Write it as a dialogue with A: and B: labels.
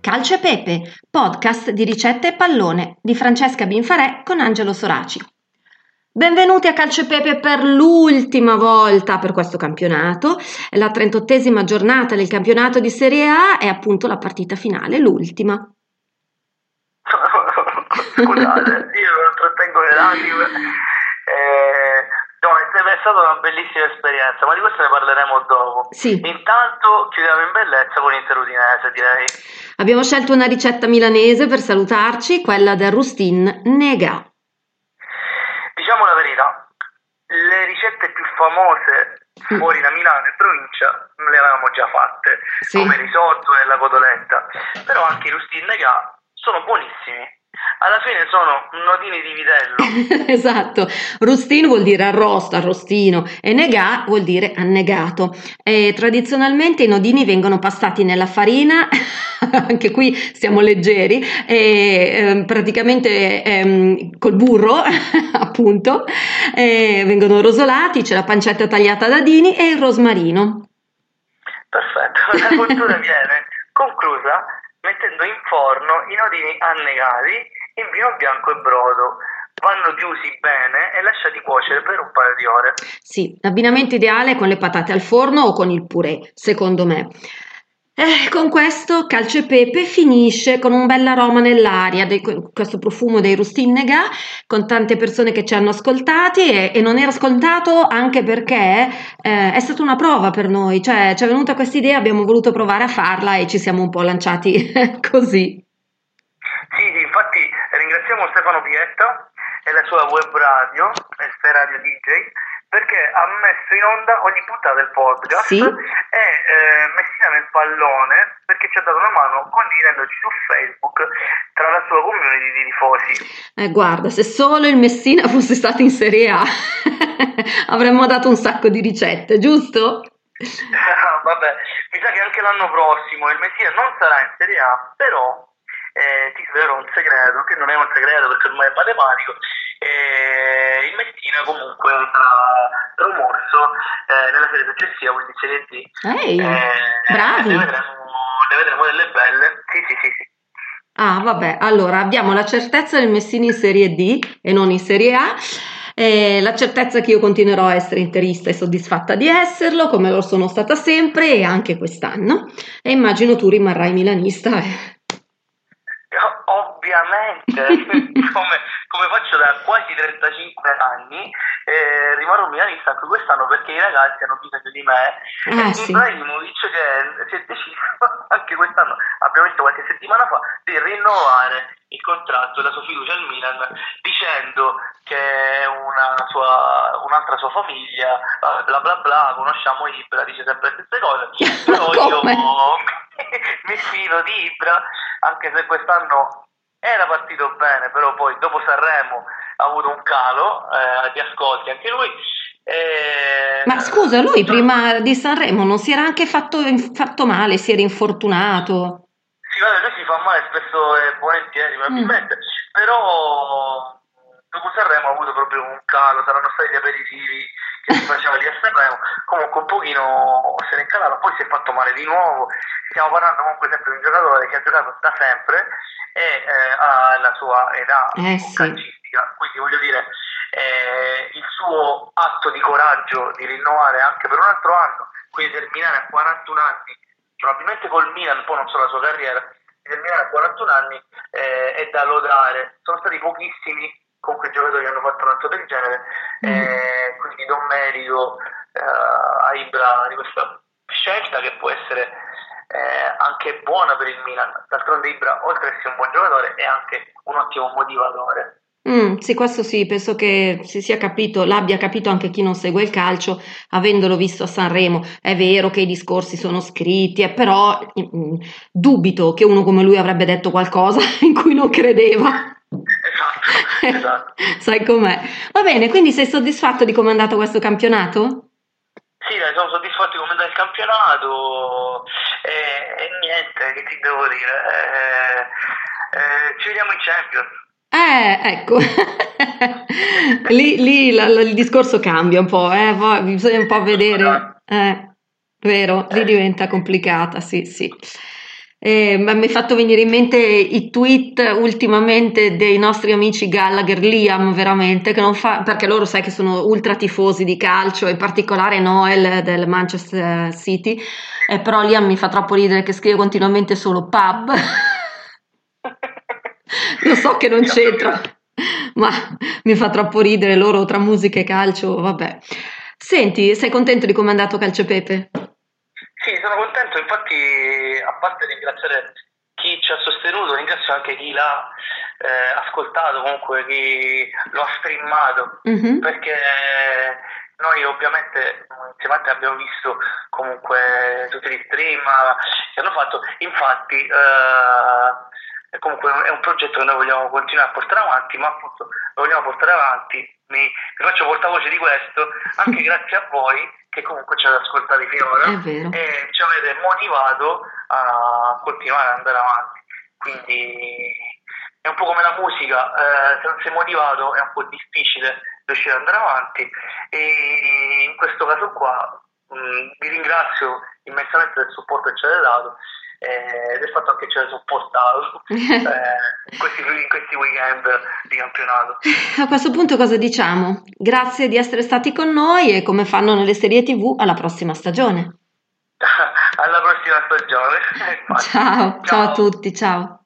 A: Calcio e Pepe, podcast di ricette e pallone di Francesca Binfarè con Angelo Soraci. Benvenuti a Calcio e Pepe per l'ultima volta per questo campionato, la 38esima giornata del campionato di Serie A è appunto la partita finale, l'ultima.
B: Scusate, io non trattengo le lacrime. No, è stata una bellissima esperienza, ma di questo ne parleremo dopo.
A: Sì.
B: Intanto chiudiamo in bellezza con Inter Udinese, direi.
A: Abbiamo scelto una ricetta milanese per salutarci, quella del Rustin Negà.
B: Diciamo la verità, le ricette più famose fuori da Milano e provincia le avevamo già fatte,
A: Sì.
B: come il risotto e la cotoletta, però anche i Rustin Negà sono buonissimi. Alla fine sono nodini di vitello.
A: Esatto, rustin vuol dire arrosto, arrostino e negà vuol dire annegato. E tradizionalmente i nodini vengono passati nella farina, anche qui siamo leggeri, e praticamente col burro appunto, vengono rosolati, c'è la pancetta tagliata a dadini e il rosmarino.
B: Perfetto, la cottura viene conclusa mettendo in forno i nodini annegati in vino bianco e brodo. Vanno chiusi bene e lasciati cuocere per un paio di ore.
A: Sì, l'abbinamento ideale è con le patate al forno o con il purè, secondo me. Con questo Calcio e Pepe finisce con un bel aroma nell'aria, questo profumo dei Rustin Negà, con tante persone che ci hanno ascoltati e non era scontato anche perché è stata una prova per noi, cioè ci è venuta questa idea, abbiamo voluto provare a farla e ci siamo un po' lanciati così.
B: Sì, infatti ringraziamo Stefano Pietta e la sua web radio, Ste Radio DJ, perché ha messo in onda ogni puntata del podcast.
A: Sì.
B: E Messina nel pallone perché ci ha dato una mano condividendoci su Facebook tra la sua community di tifosi.
A: Guarda, se solo il Messina fosse stato in Serie A avremmo dato un sacco di ricette, giusto?
B: Vabbè, mi sa che anche l'anno prossimo il Messina non sarà in Serie A, però ti svelo un segreto, che non è un segreto perché ormai è matematico. Il Messina comunque sarà promosso nella serie successiva, quindi Serie D.
A: Ehi, bravi!
B: Ne vedremo delle belle. Sì.
A: Ah, vabbè, allora abbiamo la certezza del Messina in Serie D e non in Serie A. La certezza che io continuerò a essere interista e soddisfatta di esserlo, come lo sono stata sempre e anche quest'anno. E immagino tu rimarrai milanista.
B: Ovviamente, come faccio da quasi 35 anni, rimarrò milanista anche quest'anno perché i ragazzi hanno bisogno di me.
A: Sì.
B: Ibrahimovic che si è deciso anche quest'anno, abbiamo visto qualche settimana fa, di rinnovare il contratto e la sua fiducia al Milan dicendo che è un'altra sua famiglia, bla bla bla, conosciamo Ibra, dice sempre le stesse cose, però io mi fido di Ibra, anche se quest'anno era partito bene, però poi dopo Sanremo ha avuto un calo di ascolti anche lui.
A: Ma scusa, lui prima di Sanremo non si era anche fatto male, si era infortunato?
B: Sì, vabbè, lui si fa male spesso e volentieri, probabilmente, però dopo Sanremo ha avuto proprio un calo, saranno stati gli aperitivi che si faceva lì a Sanremo, comunque un pochino se ne è calato, poi si è fatto male di nuovo. Stiamo parlando comunque sempre di un giocatore che ha giocato da sempre e ha la sua età calcistica, quindi voglio dire il suo atto di coraggio di rinnovare anche per un altro anno, quindi terminare a 41 anni, probabilmente col Milan, poi non so la sua carriera, di terminare a 41 anni è da lodare. Sono stati pochissimi comunque giocatori che hanno fatto un atto del genere, quindi do merito a Ibra di questa scelta che può essere anche buona per il Milan. D'altronde Ibra, oltre ad essere un buon giocatore, è anche un ottimo motivatore.
A: Sì, questo sì, penso che si sia capito, l'abbia capito anche chi non segue il calcio, avendolo visto a Sanremo. È vero che i discorsi sono scritti, però dubito che uno come lui avrebbe detto qualcosa in cui non credeva.
B: Esatto.
A: Sai com'è? Va bene, quindi sei soddisfatto di come è andato questo campionato?
B: Sì, dai, sono soddisfatto di come è andato il campionato e niente, che ti devo dire, ci vediamo in Champions.
A: Ecco, lì il discorso cambia un po', poi bisogna un po' vedere, vero, lì diventa complicata, sì. Mi hai fatto venire in mente i tweet ultimamente dei nostri amici Gallagher, Liam, veramente, che non fa, perché loro sai che sono ultra tifosi di calcio, in particolare Noel del Manchester City, e però Liam mi fa troppo ridere che scrive continuamente solo pub. Lo so che non
B: Sì, ho
A: c'entra,
B: capito.
A: ma mi fa troppo ridere loro tra musica e calcio, vabbè. Senti, sei contento di come è andato Calcio e Pepe?
B: Sì, sono contento, infatti, a parte ringraziare chi ci ha sostenuto, ringrazio anche chi l'ha ascoltato, comunque chi lo ha streamato,
A: Mhm.
B: perché noi ovviamente insieme a te abbiamo visto comunque tutti gli stream che hanno fatto, infatti comunque è un progetto che noi vogliamo continuare a portare avanti, ma appunto lo vogliamo portare avanti, mi faccio portavoce di questo, anche grazie a voi che comunque ci avete ascoltati
A: È
B: finora
A: vero.
B: e ci avete motivato a continuare ad andare avanti. Quindi è un po' come la musica, se non sei motivato è un po' difficile riuscire ad andare avanti e in questo caso qua vi ringrazio immensamente del supporto che ci avete dato e del fatto che ci avete supportato in questi weekend di campionato.
A: A questo punto cosa diciamo? Grazie di essere stati con noi e come fanno nelle serie TV, alla prossima stagione.
B: Alla prossima stagione. Infatti.
A: Ciao, ciao a
B: Ciao.
A: tutti, ciao.